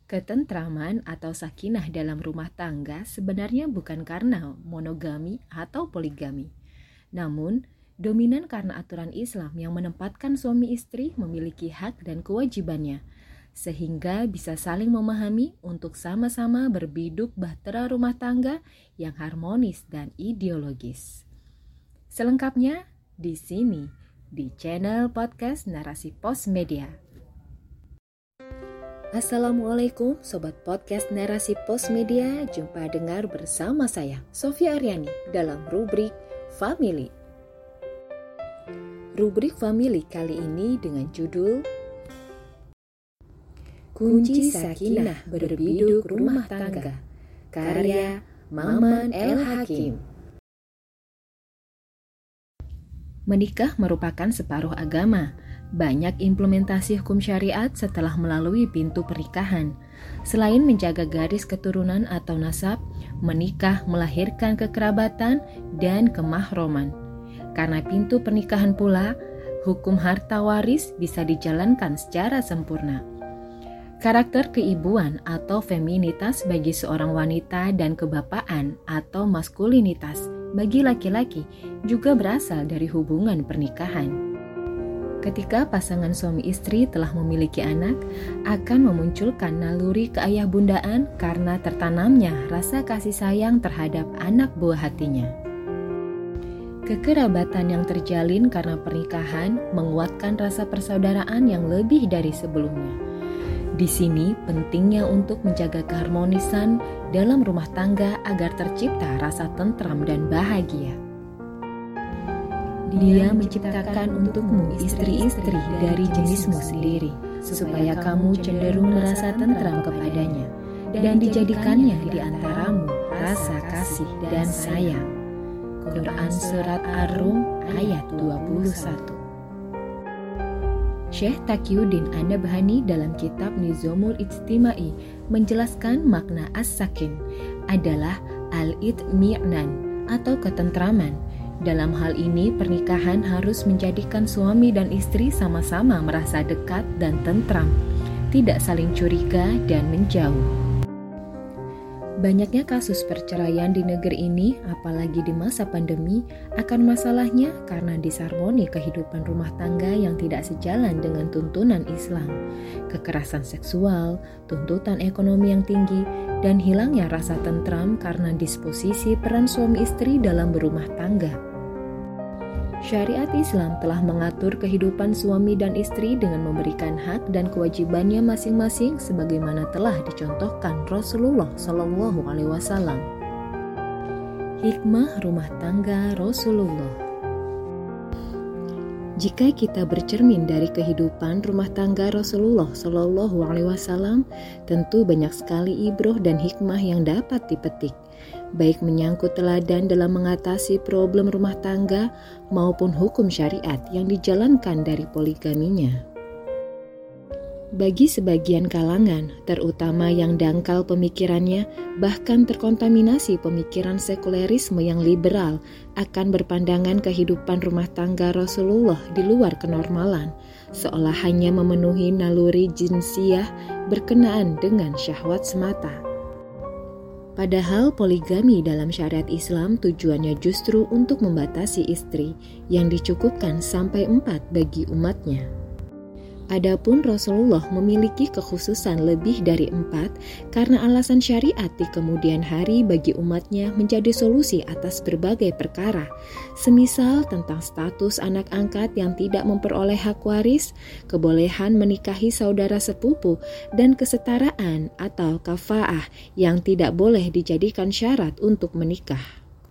Ketentraman atau sakinah dalam rumah tangga sebenarnya bukan karena monogami atau poligami. Namun, dominan karena aturan Islam yang menempatkan suami istri memiliki hak dan kewajibannya, sehingga bisa saling memahami untuk sama-sama berbiduk bahtera rumah tangga yang harmonis dan ideologis. Selengkapnya di sini, di channel podcast Narasi Pos Media. Assalamualaikum Sobat Podcast Narasi Pos Media, jumpa dengar bersama saya, Sofia Aryani, dalam rubrik Family. Rubrik Family kali ini dengan judul Kunci Sakinah Berbiduk Rumah Tangga, karya Maman El Hakim. Menikah merupakan separuh agama. Banyak implementasi hukum syariat setelah melalui pintu pernikahan. Selain menjaga garis keturunan atau nasab, menikah melahirkan kekerabatan dan kemahroman. Karena pintu pernikahan pula, hukum harta waris bisa dijalankan secara sempurna. Karakter keibuan atau feminitas bagi seorang wanita dan kebapaan atau maskulinitas bagi laki-laki juga berasal dari hubungan pernikahan. Ketika pasangan suami istri telah memiliki anak, akan memunculkan naluri keayahbundaan karena tertanamnya rasa kasih sayang terhadap anak buah hatinya. Kekerabatan yang terjalin karena pernikahan menguatkan rasa persaudaraan yang lebih dari sebelumnya. Di sini pentingnya untuk menjaga keharmonisan dalam rumah tangga agar tercipta rasa tentram dan bahagia. Dia menciptakan untukmu istri-istri dari jenismu sendiri, supaya kamu cenderung merasa tentram kepadanya, dan dijadikannya di antaramu rasa kasih dan sayang. Quran Surat Ar-Rum ayat 21. Syekh Taqiyuddin An-Nabhani dalam kitab Nizamul Ijtimai menjelaskan makna as-sakin adalah al-itmi'nan atau ketentraman. Dalam hal ini, pernikahan harus menjadikan suami dan istri sama-sama merasa dekat dan tentram, tidak saling curiga dan menjauh. Banyaknya kasus perceraian di negeri ini, apalagi di masa pandemi, akan masalahnya karena disharmoni kehidupan rumah tangga yang tidak sejalan dengan tuntunan Islam, kekerasan seksual, tuntutan ekonomi yang tinggi, dan hilangnya rasa tentram karena disposisi peran suami istri dalam berumah tangga. Syariat Islam telah mengatur kehidupan suami dan istri dengan memberikan hak dan kewajibannya masing-masing sebagaimana telah dicontohkan Rasulullah SAW. Hikmah rumah tangga Rasulullah. Jika kita bercermin dari kehidupan rumah tangga Rasulullah SAW, tentu banyak sekali ibroh dan hikmah yang dapat dipetik, baik menyangkut teladan dalam mengatasi problem rumah tangga maupun hukum syariat yang dijalankan dari poligaminya. Bagi sebagian kalangan, terutama yang dangkal pemikirannya, bahkan terkontaminasi pemikiran sekulerisme yang liberal, akan berpandangan kehidupan rumah tangga Rasulullah di luar kenormalan, seolah hanya memenuhi naluri jinsiyah berkenaan dengan syahwat semata. Padahal poligami dalam syariat Islam tujuannya justru untuk membatasi istri yang dicukupkan sampai 4 bagi umatnya. Adapun Rasulullah memiliki kekhususan lebih dari 4 karena alasan syariat di kemudian hari bagi umatnya menjadi solusi atas berbagai perkara, semisal tentang status anak angkat yang tidak memperoleh hak waris, kebolehan menikahi saudara sepupu, dan kesetaraan atau kafaah yang tidak boleh dijadikan syarat untuk menikah.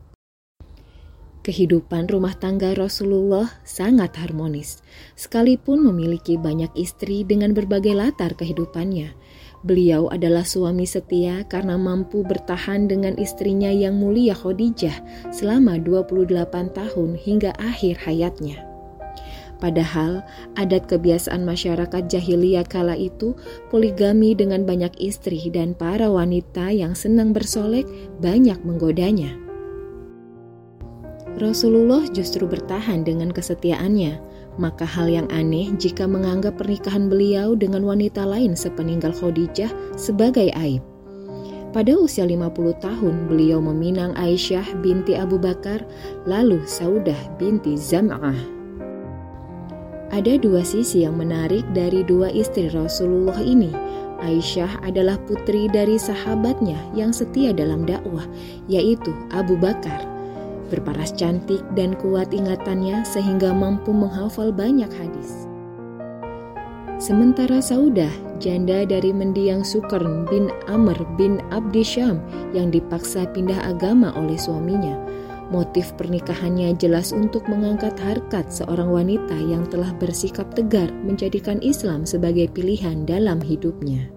Kehidupan rumah tangga Rasulullah sangat harmonis, sekalipun memiliki banyak istri dengan berbagai latar kehidupannya. Beliau adalah suami setia karena mampu bertahan dengan istrinya yang mulia Khadijah selama 28 tahun hingga akhir hayatnya. Padahal adat kebiasaan masyarakat jahiliyah kala itu poligami dengan banyak istri dan para wanita yang senang bersolek banyak menggodanya. Rasulullah justru bertahan dengan kesetiaannya, Maka hal yang aneh jika menganggap pernikahan beliau dengan wanita lain sepeninggal Khadijah sebagai aib. Pada usia 50 tahun, beliau meminang Aisyah binti Abu Bakar, lalu Saudah binti Zam'ah. Ada dua sisi yang menarik dari dua istri Rasulullah ini. Aisyah adalah putri dari sahabatnya yang setia dalam dakwah, yaitu Abu Bakar. Berparas cantik dan kuat ingatannya sehingga mampu menghafal banyak hadis. Sementara Saudah, janda dari mendiang Sukarn bin Amr bin Abdi Syam yang dipaksa pindah agama oleh suaminya. Motif pernikahannya jelas untuk mengangkat harkat seorang wanita yang telah bersikap tegar menjadikan Islam sebagai pilihan dalam hidupnya.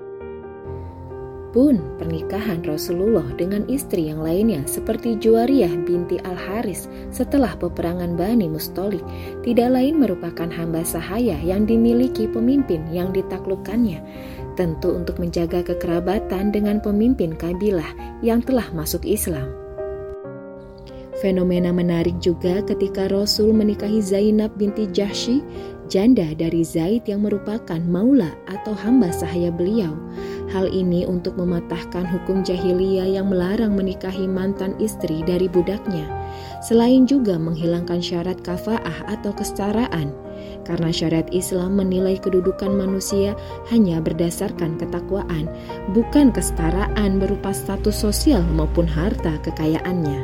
Pun pernikahan Rasulullah dengan istri yang lainnya seperti Juwariyah binti Al-Haris setelah peperangan Bani Mustalik tidak lain merupakan hamba sahaya yang dimiliki pemimpin yang ditaklukkannya, tentu untuk menjaga kekerabatan dengan pemimpin kabilah yang telah masuk Islam. Fenomena menarik juga ketika Rasul menikahi Zainab binti Jahsy, janda dari Zaid yang merupakan maula atau hamba sahaya beliau. Hal ini untuk mematahkan hukum jahiliyah yang melarang menikahi mantan istri dari budaknya. Selain juga menghilangkan syarat kafaah atau kesetaraan. Karena syariat Islam menilai kedudukan manusia hanya berdasarkan ketakwaan, bukan kesetaraan berupa status sosial maupun harta kekayaannya.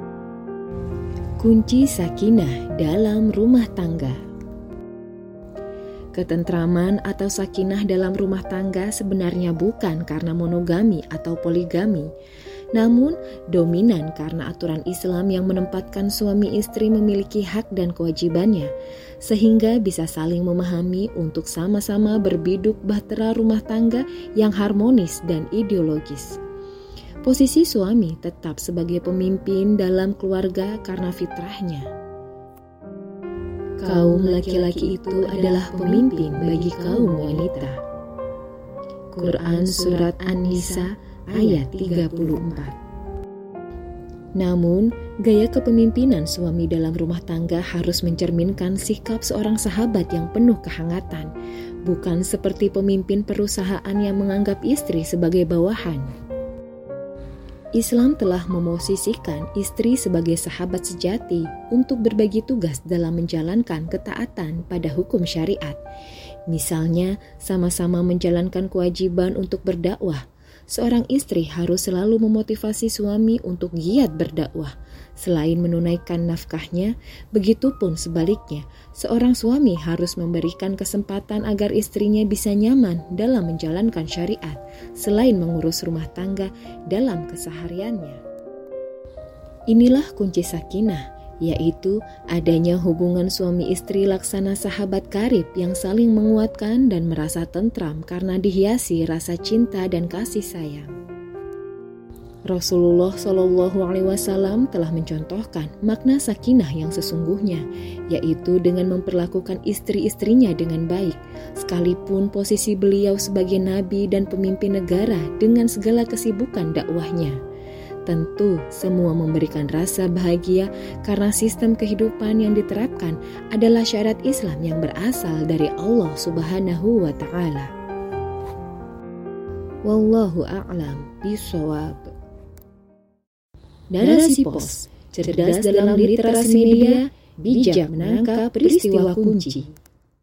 Kunci sakinah dalam rumah tangga. Ketentraman atau sakinah dalam rumah tangga sebenarnya bukan karena monogami atau poligami, namun dominan karena aturan Islam yang menempatkan suami istri memiliki hak dan kewajibannya, sehingga bisa saling memahami untuk sama-sama berbiduk bahtera rumah tangga yang harmonis dan ideologis. Posisi suami tetap sebagai pemimpin dalam keluarga karena fitrahnya. Kaum laki-laki itu adalah pemimpin bagi kaum wanita. Quran Surat An-Nisa ayat 34. Namun, gaya kepemimpinan suami dalam rumah tangga harus mencerminkan sikap seorang sahabat yang penuh kehangatan, bukan seperti pemimpin perusahaan yang menganggap istri sebagai bawahan. Islam telah memosisikan istri sebagai sahabat sejati untuk berbagi tugas dalam menjalankan ketaatan pada hukum syariat. Misalnya, sama-sama menjalankan kewajiban untuk berdakwah. Seorang istri harus selalu memotivasi suami untuk giat berdakwah. Selain menunaikan nafkahnya, begitupun sebaliknya, seorang suami harus memberikan kesempatan agar istrinya bisa nyaman dalam menjalankan syariat, selain mengurus rumah tangga dalam kesehariannya. Inilah kunci sakinah, yaitu adanya hubungan suami istri laksana sahabat karib yang saling menguatkan dan merasa tentram karena dihiasi rasa cinta dan kasih sayang. Rasulullah SAW telah mencontohkan makna sakinah yang sesungguhnya, yaitu dengan memperlakukan istri-istrinya dengan baik, sekalipun posisi beliau sebagai nabi dan pemimpin negara dengan segala kesibukan dakwahnya. Tentu semua memberikan rasa bahagia karena sistem kehidupan yang diterapkan adalah syariat Islam yang berasal dari Allah Subhanahu wa Ta'ala. Wallahu a'lam bishawab. Narasi Pos, cerdas dalam literasi media, bijak menangkap peristiwa kunci.